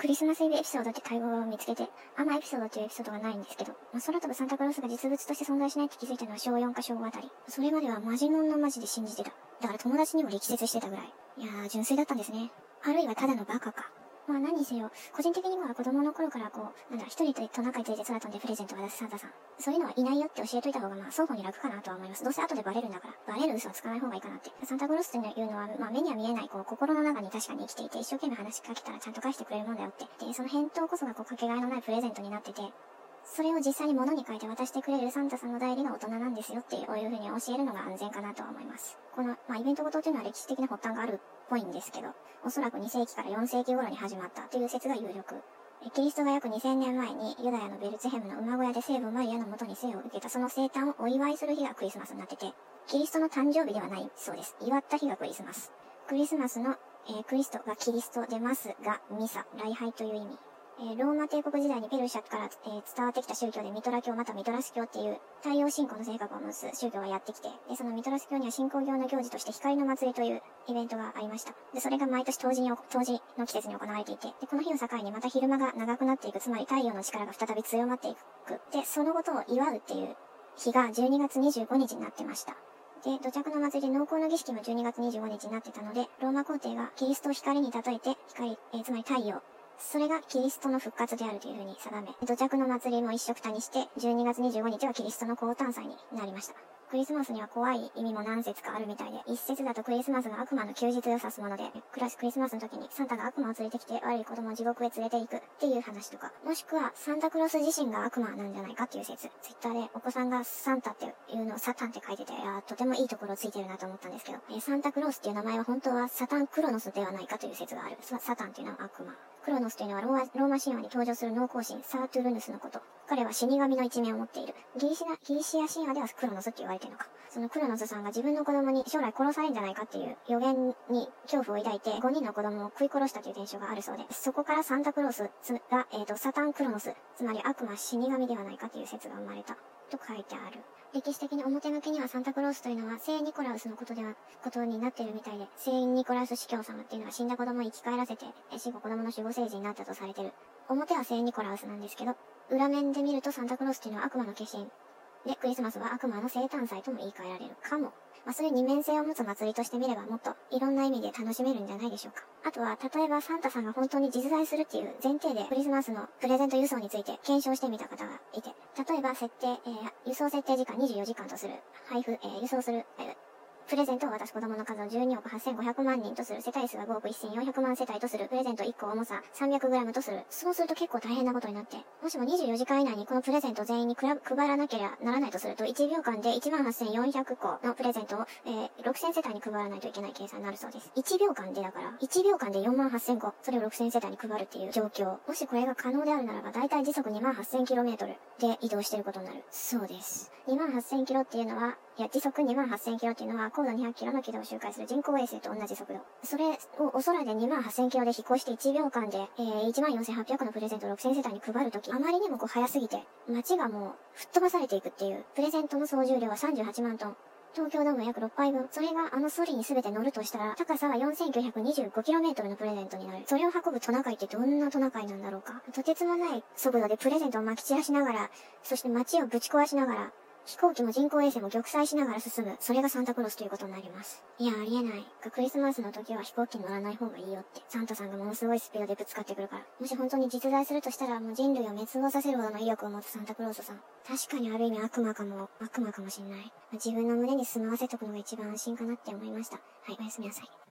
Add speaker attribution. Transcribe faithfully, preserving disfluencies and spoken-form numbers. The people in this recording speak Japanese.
Speaker 1: クリスマスイブエピソードって単語を見つけて、あんまエピソードっていうエピソードがないんですけど、まあ、空飛ぶサンタクロースが実物として存在しないって気づいたのは小よんか小ごあたり。それまではマジモンのマジで信じてた。だから友達にも力説してたぐらい。いやー、純粋だったんですね。あるいはただのバカか。まあ何にせよ、個人的には子供の頃からこう、なんだ、一人でトナカイついて空飛んでプレゼントを渡すサンタさん。そういうのはいないよって教えといた方がまあ双方に楽かなとは思います。どうせ後でバレるんだから、バレる嘘はつかない方がいいかなって。サンタクロースというのは、まあ目には見えないこう、心の中に確かに生きていて、一生懸命話しかけたらちゃんと返してくれるもんだよって。で、その返答こそがこう、かけがえのないプレゼントになってて、それを実際に物に変えて渡してくれるサンタさんの代理が大人なんですよっていう、こういう風に教えるのが安全かなとは思います。この、まあイベントごとというのは歴史的な発端があるっぽいんですけど、おそらくに世紀からよん世紀頃に始まったという説が有力。キリストが約にせんねんまえにユダヤのベルツヘムの馬小屋で聖母マリアの元に生を受けたその生誕をお祝いする日がクリスマスになってて、キリストの誕生日ではないそうです。祝った日がクリスマス。クリスマスの、えー、クリストがキリストでマスがミサ、礼拝という意味。えー、ローマ帝国時代にペルシャから、えー、伝わってきた宗教でミトラ教またはミトラス教っていう太陽信仰の性格を持つ宗教がやってきて、で、そのミトラス教には信仰教の行事として光の祭りというイベントがありました。で、それが毎年冬至に、冬至の季節に行われていて、で、この日を境にまた昼間が長くなっていく、つまり太陽の力が再び強まっていく。で、そのことを祝うっていう日がじゅうにがつにじゅうごにちになってました。で、土着の祭りで農耕の儀式もじゅうにがつにじゅうごにちになってたので、ローマ皇帝がキリストを光に例えて、光、えー、つまり太陽、それがキリストの復活であるというふうに定め、土着の祭りも一緒くたにして、じゅうにがつにじゅうごにちはキリストの降誕祭になりました。クリスマスには怖い意味も何節かあるみたいで、一説だとクリスマスが悪魔の休日を指すもので、クラスクリスマスの時にサンタが悪魔を連れてきて悪い子供を地獄へ連れて行くっていう話とか、もしくはサンタクロース自身が悪魔なんじゃないかっていう説。ツイッターでお子さんがサンタっていうのをサタンって書いてて、いやとてもいいところついてるなと思ったんですけど、えー、サンタクロースっていう名前は本当はサタンクロノスではないかという説がある。サタンっていうのは悪魔。クロノスというのはローマ、ローマ神話に登場する農耕神サートゥルヌスのこと。彼は死神の一面を持っている。ギリシア、ギリシア神話ではクロノスって言われてるのか。そのクロノスさんが自分の子供に将来殺されるんじゃないかっていう予言に恐怖を抱いてごにんの子供を食い殺したという伝承があるそうで、そこからサンタクロースが、えーと、サタンクロノス、つまり悪魔死神ではないかという説が生まれた。と書いてある。歴史的に表向きにはサンタクロースというのは聖ニコラウスのことでは、ことになっているみたいで、聖ニコラウス司教様っていうのは死んだ子供を生き返らせて、死後子供の守護聖人になったとされている。表は聖ニコラウスなんですけど、裏面で見るとサンタクロースっていうのは悪魔の化身。で、クリスマスは悪魔の生誕祭とも言い換えられるかも。まあ、そういう二面性を持つ祭りとして見ればもっといろんな意味で楽しめるんじゃないでしょうか。あとは、例えばサンタさんが本当に実在するっていう前提でクリスマスのプレゼント輸送について検証してみた方がいて、例えば設定、えー、輸送設定時間にじゅうよじかんとする、配布、えー、輸送する、えープレゼントを渡す子供の数をじゅうにおくはっせんごひゃくまんにんとする。世帯数はごおくせんよんひゃくまん世帯とする。プレゼントいっこ重さ さんびゃくグラム とする。そうすると結構大変なことになって、もしもにじゅうよじかん以内にこのプレゼント全員に配らなければならないとすると、いちびょうかんでいちまんはっせんよんひゃくこのプレゼントを、えー、ろくせん世帯に配らないといけない計算になるそうです。いちびょうかんでだから、いちびょうかんでよんまんはっせんこ、それをろくせん世帯に配るっていう状況。もしこれが可能であるならば、だいたい時速 にまんはっせんキロメートル で移動していることになる。そうです。にまんはっせんキロっていうのは、いや、時速にまんはっせんキロっていうのは、高度にひゃくキロの軌道を周回する人工衛星と同じ速度。それをお空でにまんはっせんキロで飛行していちびょうかんで、えー、いちまんよんせんはっぴゃくのプレゼントをろくせん世帯に配るとき、あまりにもこう速すぎて、街がもう吹っ飛ばされていくっていう、プレゼントの総重量はさんじゅうはちまんトン。東京ドーム約ろっぱいぶん。それがあのソリに全て乗るとしたら、高さは よんせんきゅうひゃくにじゅうごキロメートル のプレゼントになる。それを運ぶトナカイってどんなトナカイなんだろうか。とてつもない速度でプレゼントを撒き散らしながら、そして街をぶち壊しながら、飛行機も人工衛星も玉砕しながら進む。それがサンタクロースということになります。いや、ありえない。クリスマスの時は飛行機に乗らない方がいいよって。サンタさんがものすごいスピードでぶつかってくるから。もし本当に実在するとしたら、もう人類を滅亡させるほどの威力を持つサンタクロースさん。確かにある意味悪魔かも、悪魔かもしんない。自分の胸に住まわせとくのが一番安心かなって思いました。はい、おやすみなさい。